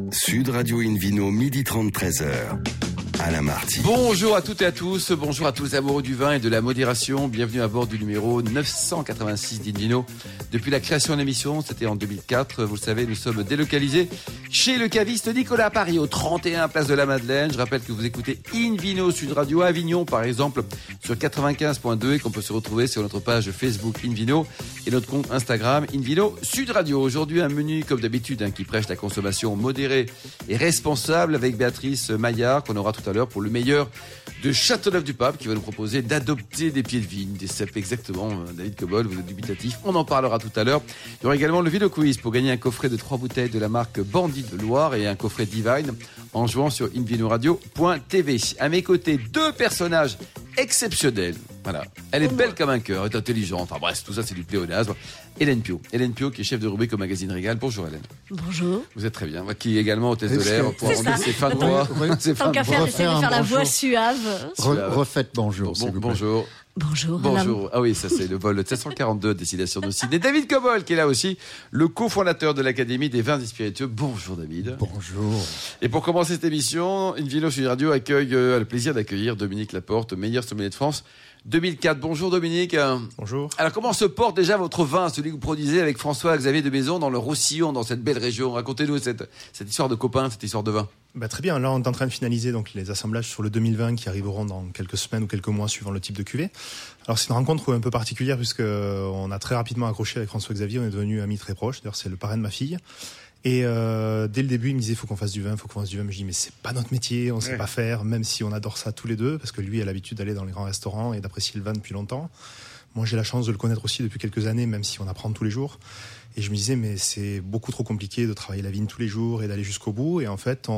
Sud Radio Invino, midi 30, 13h. Alain Marty. Bonjour à toutes et à tous, bonjour à tous les amoureux du vin et de la modération. Bienvenue à bord du numéro 986 d'Invino. Depuis la création de l'émission, c'était en 2004, vous le savez, nous sommes délocalisés chez le caviste Nicolas à Paris, au 31 place de la Madeleine. Je rappelle que vous écoutez Invino Sud Radio Avignon, par exemple, sur 95.2 et qu'on peut se retrouver sur notre page Facebook Invino et notre compte Instagram Invino Sud Radio. Aujourd'hui, un menu comme d'habitude qui prêche la consommation modérée et responsable avec Béatrice Maillard, qu'on aura tout à l'heure pour le meilleur de Châteauneuf-du-Pape, qui va nous proposer d'adopter des pieds de vigne, des cèpes exactement. David Cobol, vous êtes dubitatif, on en parlera tout à l'heure. Il y aura également le Vino Quiz pour gagner un coffret de 3 bouteilles de la marque Bandit de Loire et un coffret Divine en jouant sur invinoradio.tv. À mes côtés, 2 personnages exceptionnels. Voilà. Elle est belle comme un cœur, elle est intelligente. Enfin bref, tout ça c'est du pléonasme. Hélène Pio. Hélène Pio qui est chef de rubrique au magazine Régal. Bonjour Hélène. Bonjour. Vous êtes très bien. Qui est également hôtesse de l'air. C'est fins de mois. Tant qu'à faire, j'essaie de faire la voix suave. Refaites bonjour. Bonjour. Bonjour. Bonjour. Ah oui, ça c'est le vol 742 Destination de Sydney. David Cobol qui est là aussi, le cofondateur de l'Académie des vins et spiritueux. Bonjour David. Bonjour. Et pour commencer cette émission, Invino Sud Radio accueille le plaisir d'accueillir Dominique Laporte, meilleur sommelier de France 2004. Bonjour Dominique. Bonjour. Alors comment se porte déjà votre vin, celui que vous produisez avec François-Xavier de Maison dans le Roussillon, dans cette belle région? Racontez-nous cette histoire de copains, cette histoire de vin. Très bien, là on est en train de finaliser donc les assemblages sur le 2020 qui arriveront dans quelques semaines ou quelques mois suivant le type de cuvée. Alors c'est une rencontre un peu particulière puisque on a très rapidement accroché avec François-Xavier, on est devenus amis très proches, d'ailleurs c'est le parrain de ma fille. Et dès le début, il me disait faut qu'on fasse du vin. Je me dis mais c'est pas notre métier, on sait pas faire, même si on adore ça tous les deux, parce que lui a l'habitude d'aller dans les grands restaurants et d'apprécier le vin depuis longtemps. Moi j'ai la chance de le connaître aussi depuis quelques années, même si on apprend tous les jours. Et je me disais mais c'est beaucoup trop compliqué de travailler la vigne tous les jours et d'aller jusqu'au bout. Et en fait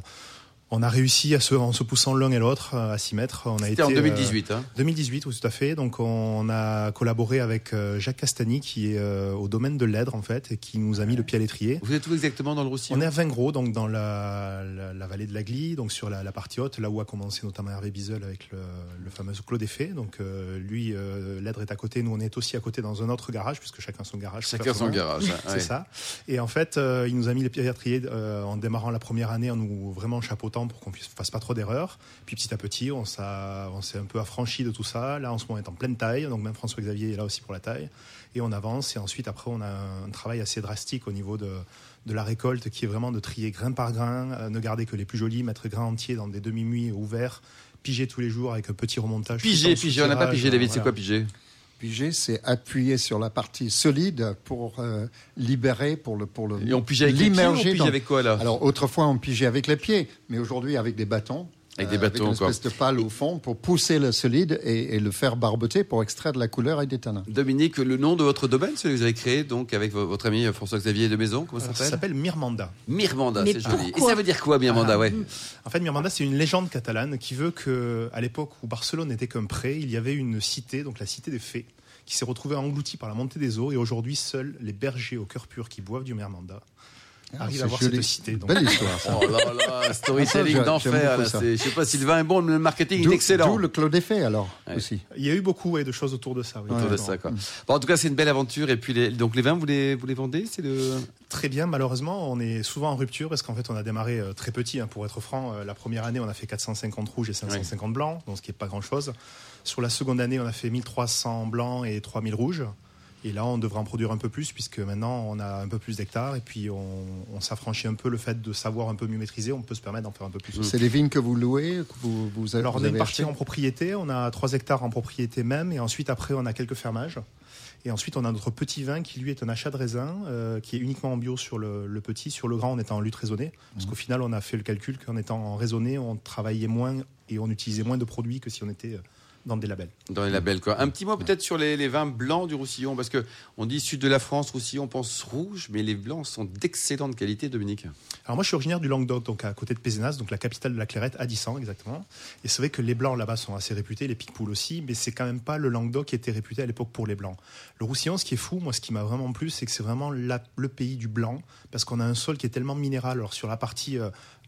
on a réussi en se poussant l'un et l'autre à s'y mettre. C'était en 2018. 2018, oui, tout à fait. Donc on a collaboré avec Jacques Castagny qui est au domaine de l'Èdre en fait et qui nous a mis le pied à l'étrier. Vous êtes où exactement dans le Roussillon? On est à Vingros, donc dans la vallée de la Glie, donc sur la partie haute, là où a commencé notamment Hervé Bizel avec le fameux Clos des Fées. Donc lui, l'Èdre est à côté, nous on est aussi à côté dans un autre garage puisque chacun son garage. Chacun son garage. C'est ça. Et en fait, il nous a mis le pied à l'étrier en démarrant la première année en nous vraiment chapeautant pour qu'on fasse pas trop d'erreurs. Puis petit à petit, on s'est un peu affranchi de tout ça. Là, en ce moment, on est en pleine taille. Donc même François-Xavier est là aussi pour la taille. Et on avance. Et ensuite, après, on a un travail assez drastique au niveau de la récolte qui est vraiment de trier grain par grain, ne garder que les plus jolis, mettre grain entier dans des demi-muits ouverts, piger tous les jours avec un petit remontage. Piger, on n'a pas pigé, David. Voilà. C'est quoi piger? Piger, c'est appuyer sur la partie solide pour libérer, pour le Et on pigeait avec les pieds ou on pigeait avec quoi là? Alors autrefois on pigeait avec les pieds, mais aujourd'hui avec des bâtons. Avec des bâtons, avec une espèce de pale au fond pour pousser le solide et le faire barboter pour extraire de la couleur et des tanins. Dominique, le nom de votre domaine, celui que vous avez créé donc avec votre ami François-Xavier de Maison, comment ça s'appelle? Ça s'appelle Mirmanda. Mirmanda, c'est joli. Et ça veut dire quoi Mirmanda? En fait, Mirmanda, c'est une légende catalane qui veut que, à l'époque où Barcelone n'était qu'un pré, il y avait une cité, donc la cité des fées, qui s'est retrouvée engloutie par la montée des eaux. Et aujourd'hui, seuls les bergers au cœur pur qui boivent du Mirmanda arrivent à voir cette cité. Donc... Belle histoire, ça. Oh là là, storytelling d'enfer. Je sais pas si le vin est bon, le marketing est excellent. D'où le Clos des Fées, alors, aussi. Il y a eu beaucoup de choses autour de ça. Oui, autour de ça, quoi. Bon, en tout cas, c'est une belle aventure. Et puis, donc les vins, vous les vendez? Très bien, malheureusement, on est souvent en rupture parce qu'en fait, on a démarré très petit, pour être franc. La première année, on a fait 450 rouges et 550 blancs, donc ce qui n'est pas grand-chose. Sur la seconde année, on a fait 1300 blancs et 3000 rouges. Et là, on devrait en produire un peu plus puisque maintenant, on a un peu plus d'hectares et puis on s'affranchit un peu le fait de savoir un peu mieux maîtriser. On peut se permettre d'en faire un peu plus. C'est des vignes que vous louez, que vous avez. Alors, on a une partie en propriété. On a 3 hectares en propriété même. Et ensuite, après, on a quelques fermages. Et ensuite, on a notre petit vin qui, lui, est un achat de raisin qui est uniquement en bio sur le petit. Sur le grand, on est en lutte raisonnée. Parce qu'au final, on a fait le calcul qu'en étant en raisonné, on travaillait moins et on utilisait moins de produits que si on était dans des labels. Dans les labels, quoi. Un petit mot peut-être sur les vins blancs du Roussillon, parce que on dit sud de la France, Roussillon, on pense rouge, mais les blancs sont d'excellente qualité, Dominique. Alors moi, je suis originaire du Languedoc, donc à côté de Pézenas, donc la capitale de la Clairette, à Dissant, exactement. Et c'est vrai que les blancs là-bas sont assez réputés, les Picpoul aussi, mais c'est quand même pas le Languedoc qui était réputé à l'époque pour les blancs. Le Roussillon, ce qui est fou, moi, ce qui m'a vraiment plu, c'est que c'est vraiment le pays du blanc, parce qu'on a un sol qui est tellement minéral. Alors sur la partie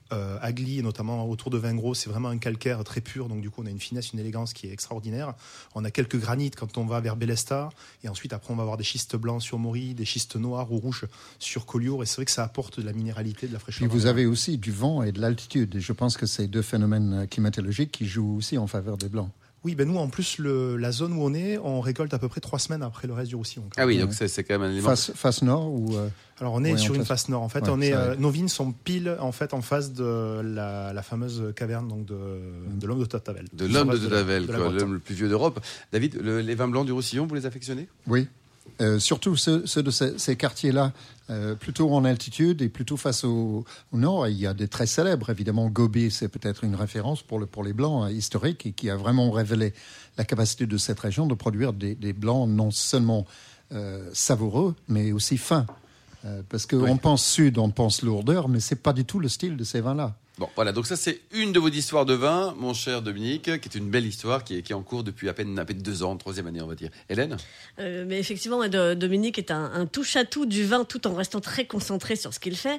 Agli, et notamment autour de Vingros, c'est vraiment un calcaire très pur, donc du coup on a une finesse, une élégance qui est extraordinaire. On a quelques granites quand on va vers Bélesta, et ensuite après on va avoir des schistes blancs sur Maury, des schistes noirs ou rouges sur Collioure, et c'est vrai que ça apporte de la minéralité, de la fraîcheur. Puis vous avez aussi du vent et de l'altitude, et je pense que c'est deux phénomènes climatologiques qui jouent aussi en faveur des blancs. Oui, nous en plus, la zone où on récolte à peu près 3 semaines après le reste du Roussillon. Ah oui, donc c'est quand même un élément. Face nord ou Alors on est sur une face nord. En fait, nos vignes sont pile en face de la fameuse caverne donc de l'homme de Tavel. De l'homme de Tavel, l'homme le plus vieux d'Europe. David, les vins blancs du Roussillon, vous les affectionnez ? Oui. Surtout ceux de ces quartiers-là, plutôt en altitude et plutôt face au nord. Il y a des très célèbres, évidemment. Gobi, c'est peut-être une référence pour les blancs historiques et qui a vraiment révélé la capacité de cette région de produire des blancs non seulement savoureux, mais aussi fins. Parce qu'on pense sud, on pense lourdeur, mais c'est pas du tout le style de ces vins-là. Bon, voilà, donc ça c'est une de vos histoires de vin, mon cher Dominique, qui est une belle histoire, qui est en cours depuis à peine 2 ans, 3e année on va dire. Hélène ? Mais effectivement, Dominique est un touche-à-tout du vin tout en restant très concentré sur ce qu'il fait.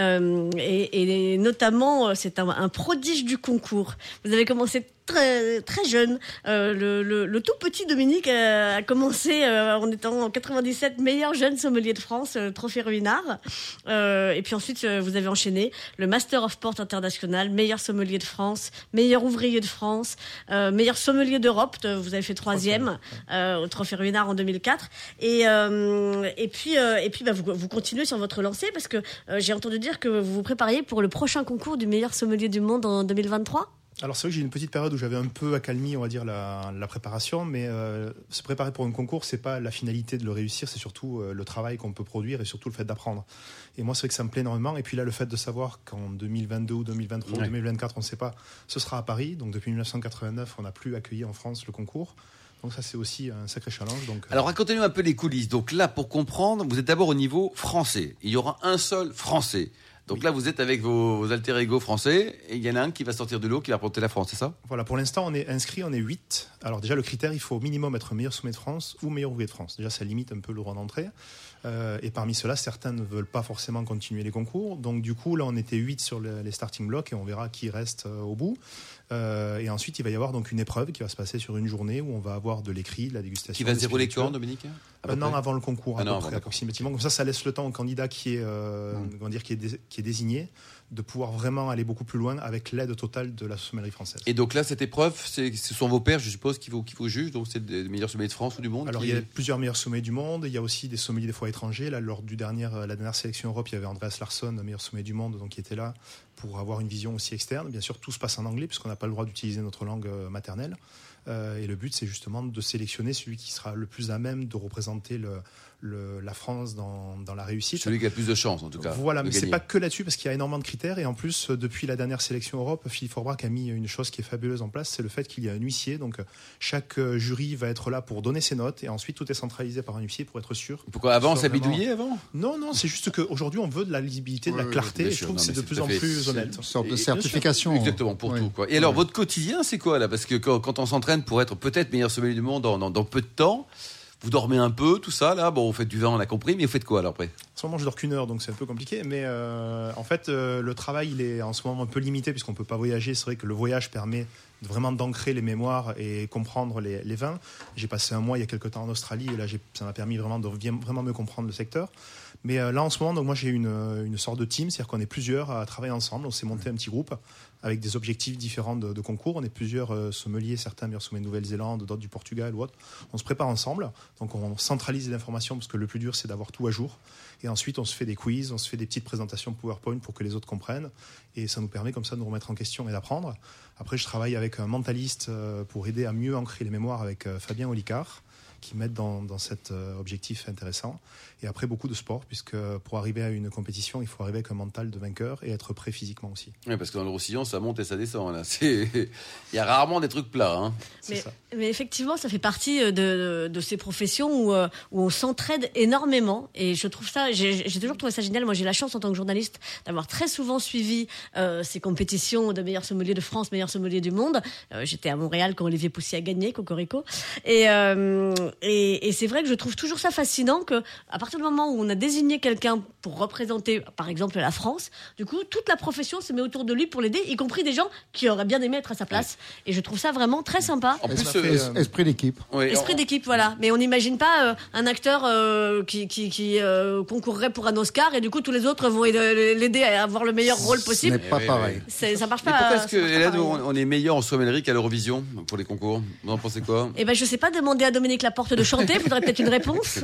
Et notamment, c'est un prodige du concours. Vous avez commencé très, très jeune. Le tout petit Dominique a commencé en étant en 97 meilleur jeune sommelier de France, trophée Ruinart. Et puis ensuite, vous avez enchaîné le Master of Port International, meilleur sommelier de France, meilleur ouvrier de France, meilleur sommelier d'Europe. Vous avez fait 3e au trophée Ruinart en 2004. Et puis, vous continuez sur votre lancée parce que j'ai entendu dire que vous vous prépariez pour le prochain concours du meilleur sommelier du monde en 2023. Alors c'est vrai que j'ai eu une petite période où j'avais un peu accalmie, on va dire, la préparation, mais se préparer pour un concours, c'est pas la finalité de le réussir, c'est surtout le travail qu'on peut produire et surtout le fait d'apprendre. Et moi, c'est vrai que ça me plaît énormément. Et puis là, le fait de savoir qu'en 2022 ou 2023 ou 2024, on ne sait pas, ce sera à Paris. Donc depuis 1989, on n'a plus accueilli en France le concours. Donc ça, c'est aussi un sacré challenge. Donc, Alors racontez-nous un peu les coulisses. Donc là, pour comprendre, vous êtes d'abord au niveau français. Il y aura un seul français. Donc là, vous êtes avec vos alter ego français, et il y en a un qui va sortir de l'eau, qui va représenter la France, c'est ça ? Voilà, pour l'instant, on est inscrit, on est 8. Alors déjà, le critère, il faut au minimum être meilleur sommelier de France ou meilleur ouvrier de France. Déjà, ça limite un peu le droit d'entrée. Et parmi ceux-là, certains ne veulent pas forcément continuer les concours. Donc du coup, là, on était 8 sur les starting blocks et on verra qui reste au bout. Et ensuite, il va y avoir donc une épreuve qui va se passer sur une journée où on va avoir de l'écrit, de la dégustation. Qui va se dérouler quand, Dominique ? Un an avant le concours, approximativement. Comme ça laisse le temps au candidat qui est désigné de pouvoir vraiment aller beaucoup plus loin avec l'aide totale de la sommellerie française. Et donc là, cette épreuve, ce sont vos pairs, je suppose, qui vous jugent. Donc c'est des meilleurs sommeliers de France ou du monde. Alors il y a plusieurs meilleurs sommeliers du monde. Il y a aussi des sommeliers des fois étrangers. Là, lors la dernière sélection Europe, il y avait Andreas Larsson, meilleur sommelier du monde, donc qui était là pour avoir une vision aussi externe. Bien sûr, tout se passe en anglais puisqu'on n'a pas le droit d'utiliser notre langue maternelle. Et le but, c'est justement de sélectionner celui qui sera le plus à même de représenter la France dans la réussite. Celui qui a le plus de chance, en tout cas. Voilà, mais c'est pas que là-dessus, parce qu'il y a énormément de critères. Et en plus, depuis la dernière sélection Europe, Philippe Forbrac a mis une chose qui est fabuleuse en place, c'est le fait qu'il y a un huissier. Donc, chaque jury va être là pour donner ses notes. Et ensuite, tout est centralisé par un huissier pour être sûr. Pourquoi avant, ça bidouillait avant ? Non, c'est juste qu'aujourd'hui, on veut de la lisibilité, de la clarté. Et je trouve que c'est de plus en plus honnête. Une sorte de certification. Exactement, pour tout, quoi. Et alors, votre quotidien, c'est quoi, là ? Parce que quand on s'entraîne pour être peut-être meilleur sommelier du monde dans peu de temps, vous dormez un peu, tout ça, là. Bon, vous faites du vin, on a compris, mais vous faites quoi, alors, après ? En ce moment, je dors qu'1 heure, donc c'est un peu compliqué. Mais en fait, le travail, il est en ce moment un peu limité, puisqu'on ne peut pas voyager. C'est vrai que le voyage permet vraiment d'ancrer les mémoires et comprendre les vins. J'ai passé un mois il y a quelques temps en Australie, et là, ça m'a permis vraiment de vraiment mieux comprendre le secteur. Mais là, en ce moment, donc moi, j'ai une sorte de team, c'est-à-dire qu'on est plusieurs à travailler ensemble. On s'est monté un petit groupe avec des objectifs différents de concours. On est plusieurs sommeliers, certains meilleurs sommeliers de Nouvelle-Zélande, d'autres du Portugal ou autre. On se prépare ensemble, donc on centralise les informations parce que le plus dur, c'est d'avoir tout à jour. Et ensuite, on se fait des quiz, on se fait des petites présentations PowerPoint pour que les autres comprennent. Et ça nous permet comme ça de nous remettre en question et d'apprendre. Après, je travaille avec un mentaliste pour aider à mieux ancrer les mémoires avec Fabien Olicard, qui m'aide dans cet objectif intéressant. Et après, beaucoup de sport, puisque pour arriver à une compétition, il faut arriver avec un mental de vainqueur et être prêt physiquement aussi. Oui, parce que dans le Roussillon, ça monte et ça descend. Là. Il y a rarement des trucs plats. Hein. Mais effectivement, ça fait partie de ces professions où on s'entraide énormément. Et je trouve ça, j'ai toujours trouvé ça génial. Moi, j'ai la chance en tant que journaliste d'avoir très souvent suivi ces compétitions de meilleur sommelier de France, meilleur sommelier du monde. J'étais à Montréal quand Olivier Poussy a gagné, Cocorico. Et Et c'est vrai que je trouve toujours ça fascinant que, à partir du moment où on a désigné quelqu'un pour représenter, par exemple, la France, du coup, toute la profession se met autour de lui pour l'aider, y compris des gens qui auraient bien aimé être à sa place. Et je trouve ça vraiment très sympa. En plus, Esprit d'équipe. oui, Esprit d'équipe, voilà. Mais on n'imagine pas un acteur qui concourrait pour un Oscar et du coup tous les autres vont l'aider à avoir le meilleur rôle Ce possible. n'est pas pareil. Ça marche mais pas. pourquoi est-ce que, ça marche pas Hélène, pareil. on est meilleur en sommellerie qu'à l'Eurovision pour les concours? Vous en pensez quoi? Eh ben, je sais pas, demander à Dominique Laporte de chanter, vous aurez peut-être une réponse.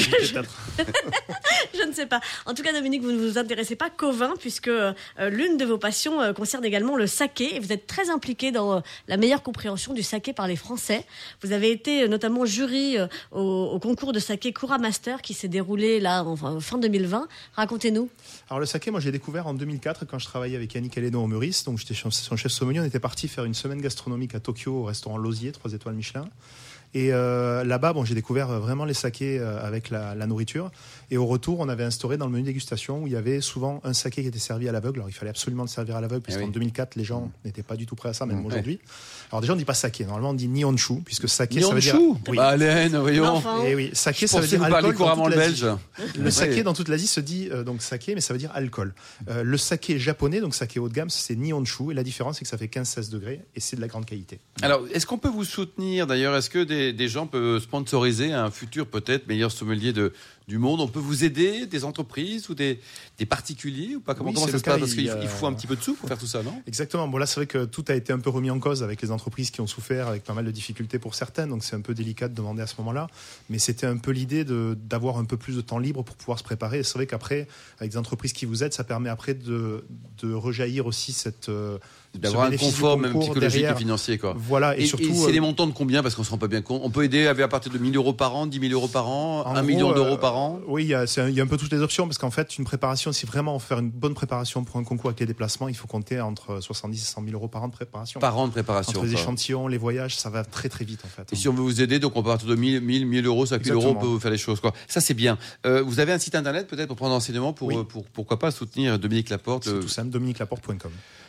Je ne sais pas. En tout cas, Dominique, vous ne vous intéressez pas qu'au vin, puisque l'une de vos passions concerne également le saké, et vous êtes très impliqué dans la meilleure compréhension du saké par les Français. Vous avez été notamment jury au concours de saké Kura Master qui s'est déroulé là en fin 2020. Racontez-nous. Alors le saké, moi j'ai découvert en 2004 quand je travaillais avec Yannick Aleno au Meurice, donc j'étais son chef sommelier. On était parti faire une semaine gastronomique à Tokyo au restaurant Lausier, 3 étoiles Michelin. Et là-bas, j'ai découvert vraiment les sakés avec la nourriture. Et au retour, on avait instauré dans le menu dégustation où il y avait souvent un saké qui était servi à l'aveugle. Alors il fallait absolument le servir à l'aveugle puisqu'en 2004, les gens n'étaient pas du tout prêts à ça, même aujourd'hui. Alors déjà, on ne dit pas saké. Normalement, on dit nihonshu puisque saké, ça veut dire... Oui. Bah, Hélène, voyons. Enfin. Et oui, saké, Je ça veut pensais dire vous parler alcool couramment dans le toute belge. l'Asie. Le saké dans toute l'Asie se dit donc saké, mais ça veut dire alcool. Le saké japonais, donc saké haut de gamme, c'est nihonshu. Et la différence, c'est que ça fait 15-16 degrés et c'est de la grande qualité. Alors, est-ce qu'on peut vous soutenir d'ailleurs? Est-ce que des gens peuvent sponsoriser un futur peut-être meilleur sommelier du monde? On peut vous aider, des entreprises ou des particuliers ou pas? Comment Oui, ça c'est se le passe? cas, Parce qu'il il faut un petit peu de sous pour faire tout ça, non? Exactement. Bon, là, c'est vrai que tout a été un peu remis en cause avec les entreprises qui ont souffert, avec pas mal de difficultés pour certaines. Donc, c'est un peu délicat de demander à ce moment-là. Mais c'était un peu l'idée d'avoir un peu plus de temps libre pour pouvoir se préparer. Et c'est vrai qu'après, avec des entreprises qui vous aident, ça permet après de rejaillir aussi D'avoir un confort même psychologique et financier, quoi. Voilà. Et surtout. c'est des montants de combien? Parce qu'on se rend pas bien compte. On peut aider à partir de 1 000 euros par an, 10 000 euros par an, 1 million d'euros par an? Oui, il y a un peu toutes les options parce qu'en fait, une préparation, si vraiment on veut faire une bonne préparation pour un concours avec les déplacements, il faut compter entre 70 et 100 000 euros par an de préparation. Par an de préparation. Entre les échantillons, les voyages, ça va très très vite en fait. Et si on veut vous aider, donc on peut partir de 1 000 euros, 5 000 euros, on peut vous faire les choses, quoi. Ça, c'est bien. Vous avez un site internet peut-être pour prendre enseignement pour pourquoi pas soutenir Dominique Laporte? C'est tout simple, dominiquelaporte.com.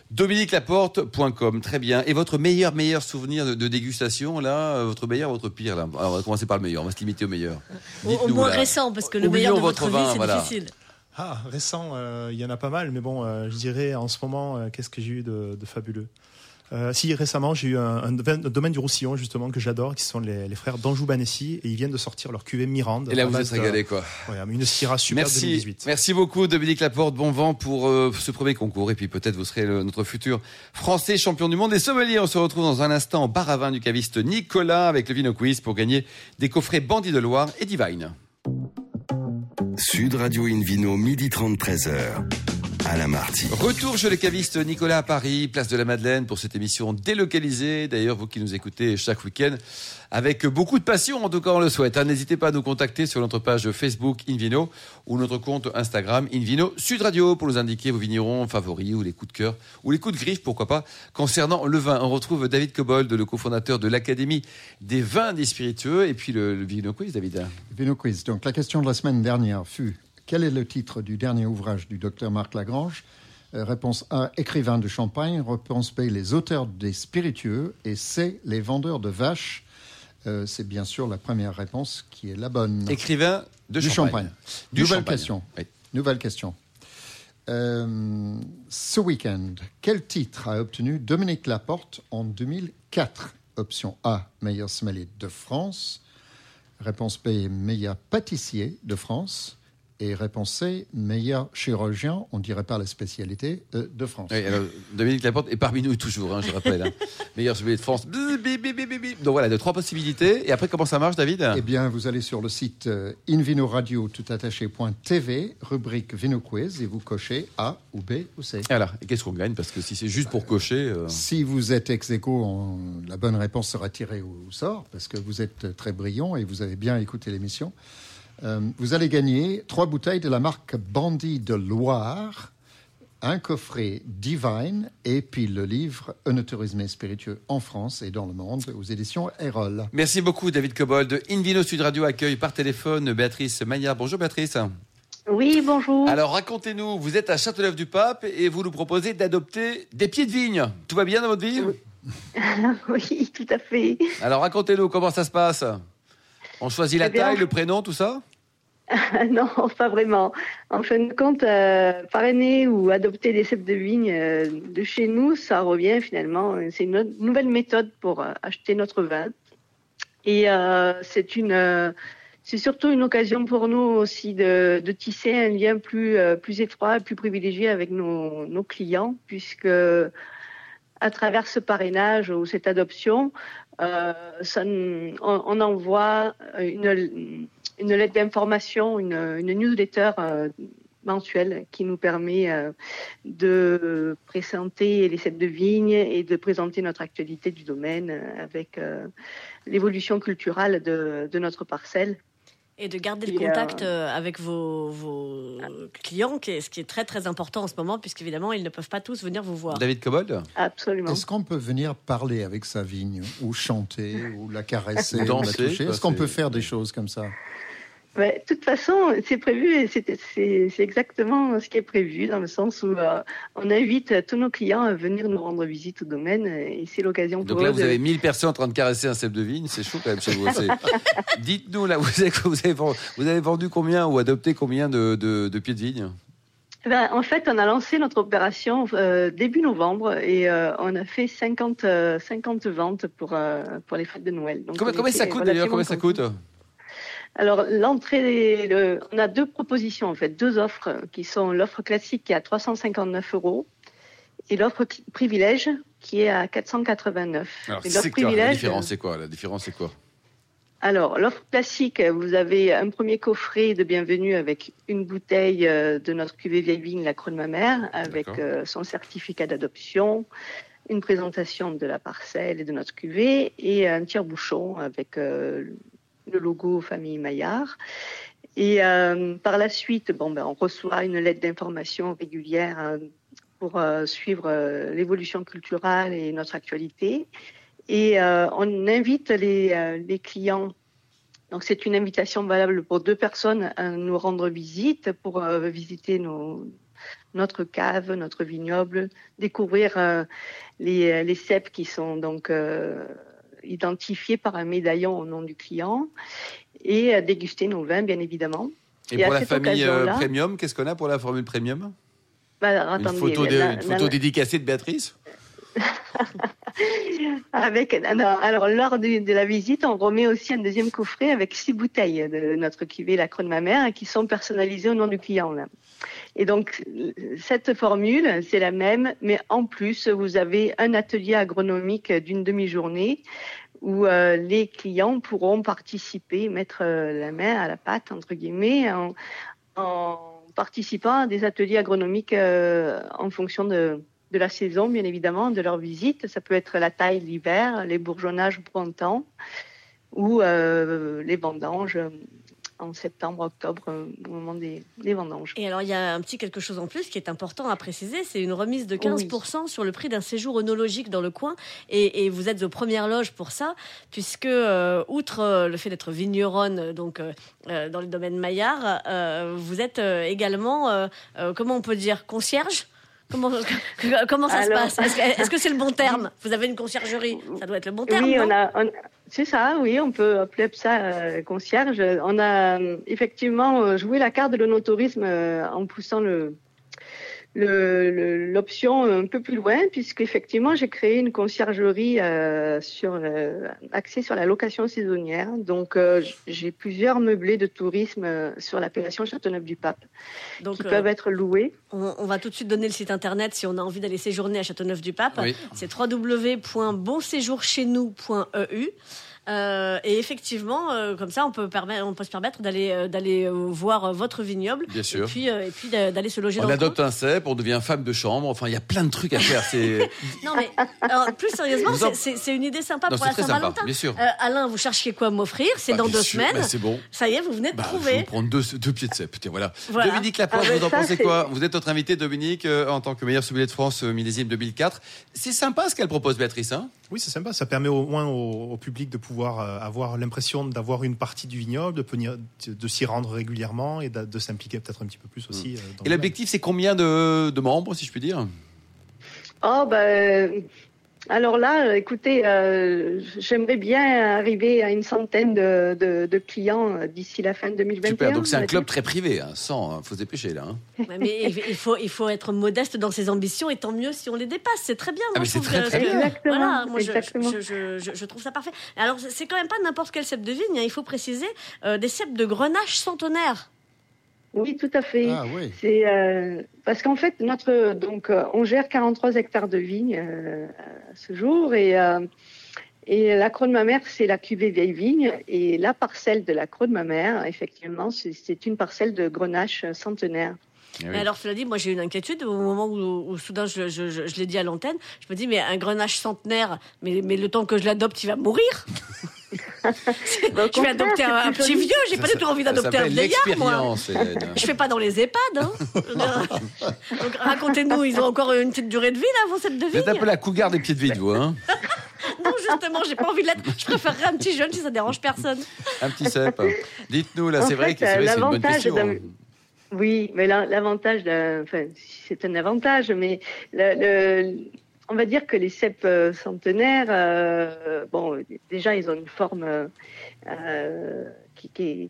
DominiqueLaporte.com, très bien. Et votre meilleur souvenir de dégustation, là, votre meilleur, votre pire, là? Alors, on va commencer par le meilleur, on va se limiter au meilleur. Au moins récent, parce que le meilleur de votre vie, c'est voilà. difficile. Ah, récent, il y en a pas mal, mais bon, je dirais en ce moment, qu'est-ce que j'ai eu de fabuleux? Si récemment j'ai eu un domaine du Roussillon justement que j'adore, qui sont les frères d'Anjou-Banessi, et ils viennent de sortir leur cuvée Mirande. Et là vous êtes régalé, quoi. Ouais, une Syrah Super 2018. Merci beaucoup Dominique Laporte, bon vent pour ce premier concours, et puis peut-être vous serez notre futur Français champion du monde des sommeliers. On se retrouve dans un instant au bar à vin du caviste Nicolas avec le Vino Quiz pour gagner des coffrets Bandit de Loire et Divine. Sud Radio Invino, 12h30, 13h. Alain Marty. Retour chez le caviste Nicolas à Paris, place de la Madeleine pour cette émission délocalisée. D'ailleurs, vous qui nous écoutez chaque week-end, avec beaucoup de passion, en tout cas on le souhaite. N'hésitez pas à nous contacter sur notre page Facebook Invino ou notre compte Instagram Invino Sud Radio pour nous indiquer vos vignerons favoris ou les coups de cœur ou les coups de griffe, pourquoi pas, concernant le vin. On retrouve David Cobold, le cofondateur de l'Académie des vins des spiritueux, et puis le Vino Quiz, David. Vino Quiz. Donc la question de la semaine dernière fut: quel est le titre du dernier ouvrage du docteur Marc Lagrange? Réponse A, écrivain de Champagne. Réponse B, les auteurs des spiritueux. Et C, les vendeurs de vaches. C'est bien sûr la première réponse qui est la bonne. Écrivain de Champagne. Nouvelle question. Oui. Nouvelle question. Ce week-end, quel titre a obtenu Dominique Laporte en 2004? Option A, meilleur sommelier de France. Réponse B, meilleur pâtissier de France. Et réponse C, meilleur chirurgien, on ne dirait pas la spécialité, de France. Oui, alors, Dominique Laporte est parmi nous toujours, je rappelle. Meilleur sommelier de France. Donc voilà, de 3 possibilités. Et après, comment ça marche, David? Eh bien, vous allez sur le site invinoradio toutattaché.tv, rubrique Vino Quiz, et vous cochez A ou B ou C. Alors, et qu'est-ce qu'on gagne? Parce que si c'est juste pour cocher... Si vous êtes ex aequo, la bonne réponse sera tirée au sort, parce que vous êtes très brillant et vous avez bien écouté l'émission. Vous allez gagner 3 bouteilles de la marque Bandit de Loire, un coffret Divine et puis le livre Œnotourisme et spiritueux en France et dans le monde aux éditions Erol. Merci beaucoup David Cobold. Invino Sud Radio accueille par téléphone Béatrice Maillard. Bonjour Béatrice. Oui, bonjour. Alors racontez-nous, vous êtes à Châteauneuf-du-Pape et vous nous proposez d'adopter des pieds de vigne. Tout va bien dans votre vie? Oui, tout à fait. Alors racontez-nous comment ça se passe. On choisit la taille, le prénom, tout ça? Non, pas vraiment. En fin de compte, parrainer ou adopter des cèpes de vigne de chez nous, ça revient finalement. C'est une nouvelle méthode pour acheter notre vin. Et c'est surtout une occasion pour nous aussi de tisser un lien plus étroit, plus privilégié avec nos clients, puisque à travers ce parrainage ou cette adoption, on envoie une lettre d'information, une newsletter mensuelle qui nous permet de présenter les cèpes de vigne et de présenter notre actualité du domaine avec l'évolution culturelle de notre parcelle. Et de garder le contact avec vos clients, ce qui est très très important en ce moment, puisqu'évidemment, ils ne peuvent pas tous venir vous voir. David Cobold ? Absolument. Est-ce qu'on peut venir parler avec sa vigne, ou chanter, ou la caresser, ou danser, la toucher? Est-ce qu'on peut faire des choses comme ça? De toute façon, c'est prévu et c'est exactement ce qui est prévu dans le sens où on invite tous nos clients à venir nous rendre visite au domaine et c'est l'occasion pour eux. Donc là, vous avez 1000 personnes en train de caresser un cèpe de vigne, c'est chaud quand même chez vous. Dites-nous, là, vous avez vendu combien ou adopté combien de pieds de vigne? En fait, on a lancé notre opération début novembre et on a fait 50 ventes pour les fêtes de Noël. Donc, combien ça coûte d'ailleurs? Combien ça coûte? Alors, on a deux propositions, en fait, deux offres qui sont l'offre classique qui est à 359 € et l'offre privilège qui est à 489. Alors, la différence, c'est quoi? La différence, c'est quoi? Alors, l'offre classique, vous avez un premier coffret de bienvenue avec une bouteille de notre cuvée vieille vigne, la Croix de ma mère, avec son certificat d'adoption, une présentation de la parcelle et de notre cuvée et un tire-bouchon avec le logo Famille Maillard. Et par la suite, on reçoit une lettre d'information régulière pour suivre l'évolution culturelle et notre actualité. Et on invite les clients. Donc c'est une invitation valable pour 2 personnes à nous rendre visite pour visiter notre cave, notre vignoble, découvrir les cèpes qui sont donc identifiés par un médaillon au nom du client et déguster nos vins, bien évidemment. Et pour la famille premium, qu'est-ce qu'on a pour la formule premium? Une photo dédicacée de Béatrice? Alors, lors de la visite, on remet aussi un deuxième coffret avec 6 bouteilles de notre cuvée La Croix de ma mère qui sont personnalisées au nom du client. Là. Et donc, cette formule, c'est la même, mais en plus, vous avez un atelier agronomique d'une demi-journée où les clients pourront participer, mettre la main à la pâte, entre guillemets, en participant à des ateliers agronomiques en fonction de la saison, bien évidemment, de leur visite. Ça peut être la taille l'hiver, les bourgeonnages au printemps ou les vendanges en septembre, octobre, au moment des vendanges. Et alors, il y a un petit quelque chose en plus qui est important à préciser, c'est une remise de 15% sur le prix d'un séjour œnologique dans le coin. Et vous êtes aux premières loges pour ça, puisque, outre le fait d'être vigneronne, donc dans le domaine Maillard, vous êtes également, comment on peut dire, concierge ? Comment ça se passe? Est-ce que c'est le bon terme? Vous avez une conciergerie, ça doit être le bon terme. Oui, c'est ça, oui, on peut appeler ça concierge. On a effectivement joué la carte de l'œnotourisme en poussant l'option un peu plus loin, puisque effectivement j'ai créé une conciergerie axée sur la location saisonnière. Donc j'ai plusieurs meublés de tourisme sur l'appellation Châteauneuf-du-Pape qui peuvent être loués. On va tout de suite donner le site internet si on a envie d'aller séjourner à Châteauneuf-du-Pape. Oui. C'est www.bonséjourcheznous.eu. Et effectivement, comme ça, on peut se permettre d'aller voir votre vignoble. Bien sûr. Et puis d'aller se loger dans le coin. On adopte un cep, on devient femme de chambre. Enfin, il y a plein de trucs à faire. Non, mais alors, plus sérieusement, c'est une idée sympa pour la Saint-Valentin. Bien sûr. Alain, vous cherchiez quoi à m'offrir? C'est dans 2 semaines. C'est bon. Ça y est, vous venez de trouver. Je vais vous prendre 2 pieds de cep. Tiens, voilà. Dominique Laporte, vous en pensez quoi? Vous êtes notre invité, Dominique, en tant que meilleur sommelier de France millésime 2004. C'est sympa ce qu'elle propose, Béatrice, hein? Oui, c'est sympa. Ça permet au moins au public de pouvoir avoir l'impression d'avoir une partie du vignoble, de s'y rendre régulièrement et de s'impliquer peut-être un petit peu plus aussi. Et l'objectif, c'est combien de membres, si je puis dire? Alors là, écoutez, j'aimerais bien arriver à une centaine de clients d'ici la fin 2021. Super, donc c'est un club très privé, 100, faut se dépêcher là. Ouais, mais il faut être modeste dans ses ambitions et tant mieux si on les dépasse. C'est très bien. Ah, mais c'est très bien. Exactement. Voilà, moi exactement. je trouve ça parfait. Alors c'est quand même pas n'importe quel cep de vigne, hein, il faut préciser, des cèpes de Grenache centenaire. Oui, tout à fait. Ah oui. C'est parce qu'en fait on gère 43 hectares de vignes à ce jour et la Croix de ma mère, c'est la cuvée vieille vigne et la parcelle de la Croix de ma mère, effectivement, c'est une parcelle de Grenache centenaire. Eh oui. Mais alors, cela dit, moi j'ai une inquiétude au moment où soudain je l'ai dit à l'antenne. Je me dis, mais un Grenache centenaire, mais le temps que je l'adopte, il va mourir. Je vais adopter un petit vieux, j'ai pas du tout envie d'adopter un vieillard, moi. Je fais pas dans les EHPAD. Hein. Donc racontez-nous, ils ont encore une petite durée de vie là, vos cèpes de vigne. Vous êtes un peu la cougar des pieds de vigne, vous, hein? Non, justement, j'ai pas envie de l'être. Je préférerais un petit jeune si ça dérange personne. Un petit cep. Dites-nous, là, En c'est vrai fait, que c'est une bonne question. Oui, mais l'avantage, c'est un avantage, mais on va dire que les cèpes centenaires, déjà ils ont une forme qui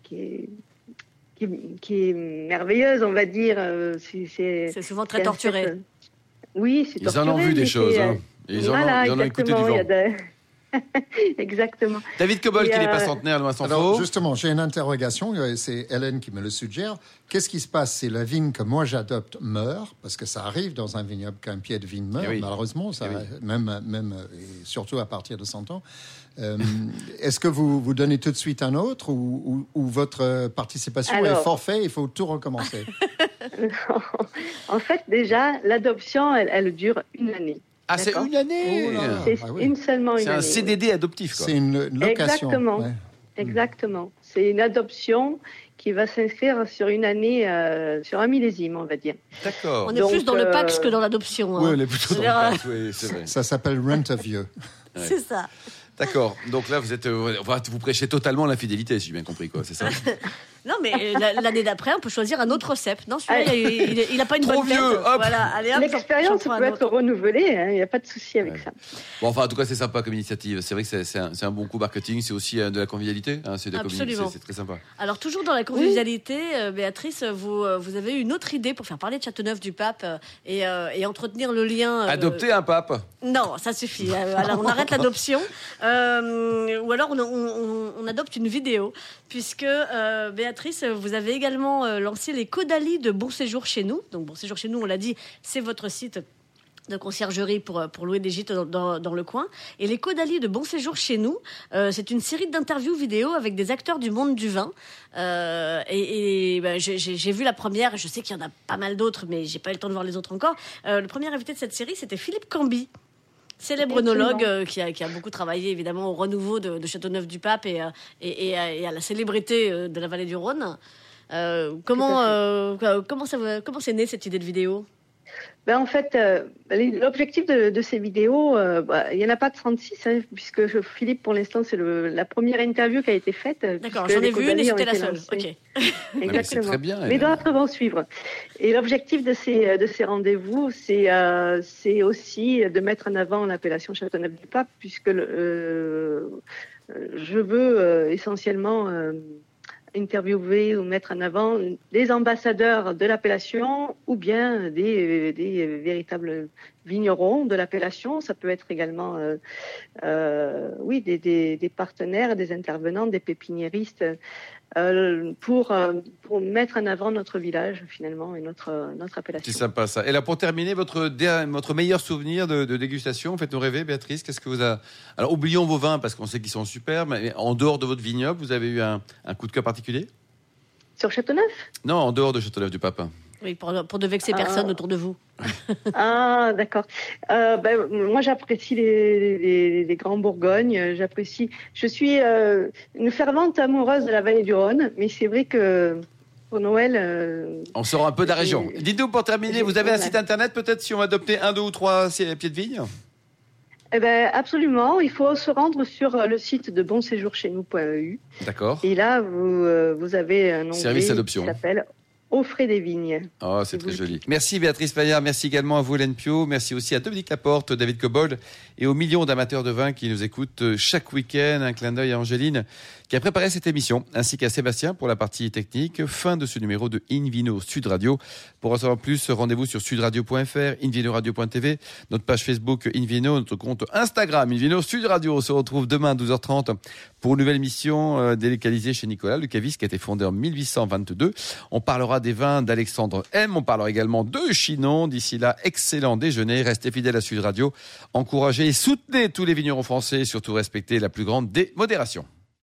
est merveilleuse, on va dire. C'est souvent très torturé. Oui, c'est torturé. Ils en ont vu des choses, hein. Ils en ont écouté du vent. Exactement. David Cobol, qui n'est pas centenaire, loin s'en Alors faut. justement, j'ai une interrogation, c'est Hélène qui me le suggère. Qu'est-ce qui se passe si la vigne que moi j'adopte meurt, parce que ça arrive dans un vignoble qu'un pied de vigne meurt, oui. malheureusement, ça, oui. même et surtout à partir de 100 ans. Est-ce que vous donnez tout de suite un autre ou votre participation est forfait, il faut tout recommencer? En fait, déjà, l'adoption, elle dure une année. Ah, c'est une année. C'est seulement une année. C'est un CDD adoptif, quoi. C'est une location. Exactement. Ouais. Exactement. C'est une adoption qui va s'inscrire sur une année, sur un millésime, on va dire. D'accord. On est plus dans le Pax que dans l'adoption. Hein. Oui, on est plutôt dans le Pax, oui, c'est vrai. Ça s'appelle rent a vieux. C'est ça. D'accord. Donc là, vous prêchez totalement l'infidélité, si j'ai bien compris, quoi. C'est ça? Non, mais l'année d'après, on peut choisir un autre cep. Non, celui-là, il n'a pas une Trop bonne tête. vieux, hop. Voilà, allez, hop, l'expérience j'en prends peut un être autre. renouvelée, il n'y a pas de souci avec ça. Bon, enfin, en tout cas, c'est sympa comme initiative. C'est vrai que c'est un bon coup marketing. C'est aussi de la convivialité. Hein, c'est Absolument. C'est très sympa. Alors, toujours dans la convivialité, Béatrice, vous avez eu une autre idée pour faire parler de Châteauneuf-du-Pape et entretenir le lien. Adopter un pape. Non, ça suffit. Alors, on arrête l'adoption. Ou alors, on adopte une vidéo. Puisque, Béatrice, vous avez également lancé les Caudalie de Bon Séjour chez nous. Donc, Bon Séjour chez nous, on l'a dit, c'est votre site de conciergerie pour louer des gîtes dans le coin. Et les Caudalie de Bon Séjour chez nous, c'est une série d'interviews vidéo avec des acteurs du monde du vin. J'ai vu la première, je sais qu'il y en a pas mal d'autres, mais j'ai pas eu le temps de voir les autres encore. Le premier invité de cette série, c'était Philippe Camby. Célèbre œnologue qui a beaucoup travaillé évidemment au renouveau de Châteauneuf-du-Pape et à la célébrité de la vallée du Rhône. Comment c'est né cette idée de vidéo? En fait, l'objectif de ces vidéos, il n'y en a pas 36, hein, puisque Philippe, pour l'instant, c'est la première interview qui a été faite. D'accord, j'en ai vu une et c'était la seule. Ok. Exactement. C'est très bien. Mais d'autres vont suivre. Et l'objectif de ces rendez-vous, c'est aussi de mettre en avant l'appellation Châteauneuf-du-Pape, puisque je veux essentiellement interviewer ou mettre en avant des ambassadeurs de l'appellation ou bien des véritables vignerons de l'appellation. Ça peut être également des partenaires, des intervenants, des pépiniéristes pour mettre en avant notre village finalement et notre appellation. C'est sympa ça. Et là, pour terminer, votre meilleur souvenir de dégustation, faites-nous rêver, Béatrice. Qu'est-ce que vous avez... Alors, oublions vos vins parce qu'on sait qu'ils sont super, mais en dehors de votre vignoble, vous avez eu un coup de cœur particulier? Sur Châteauneuf? Non, en dehors de Châteauneuf-du-Pape. Oui, pour ne vexer personne autour de vous. Ah, d'accord. Moi, j'apprécie les Grands Bourgognes. Je suis une fervente amoureuse de la vallée du Rhône, mais c'est vrai que pour Noël... On sort un peu de la région. Dites-nous, pour terminer, vous avez un site internet peut-être si on va adopter 1, 2 ou 3 pieds de vigne? Absolument. Il faut se rendre sur le site de bonséjourcheznous.eu. D'accord. Et là, vous avez un onglet Service adoption. qui s'appelle au frais des vignes. Oh, c'est très joli. Merci Béatrice Paillard, merci également à vous Hélène Pio, merci aussi à Dominique Laporte, David Cobold et aux millions d'amateurs de vin qui nous écoutent chaque week-end. Un clin d'œil à Angéline qui a préparé cette émission, ainsi qu'à Sébastien pour la partie technique. Fin de ce numéro de Invino Sud Radio. Pour en savoir plus, rendez-vous sur sudradio.fr, invinoradio.tv, notre page Facebook Invino, notre compte Instagram Invino Sud Radio. On se retrouve demain à 12h30 pour une nouvelle émission délocalisée chez Nicolas, le caviste qui a été fondé en 1822. On parlera des vins d'Alexandre M. On parlera également de Chinon. D'ici là, excellent déjeuner. Restez fidèles à Sud Radio. Encouragez et soutenez tous les vignerons français et surtout respectez la plus grande des modérations.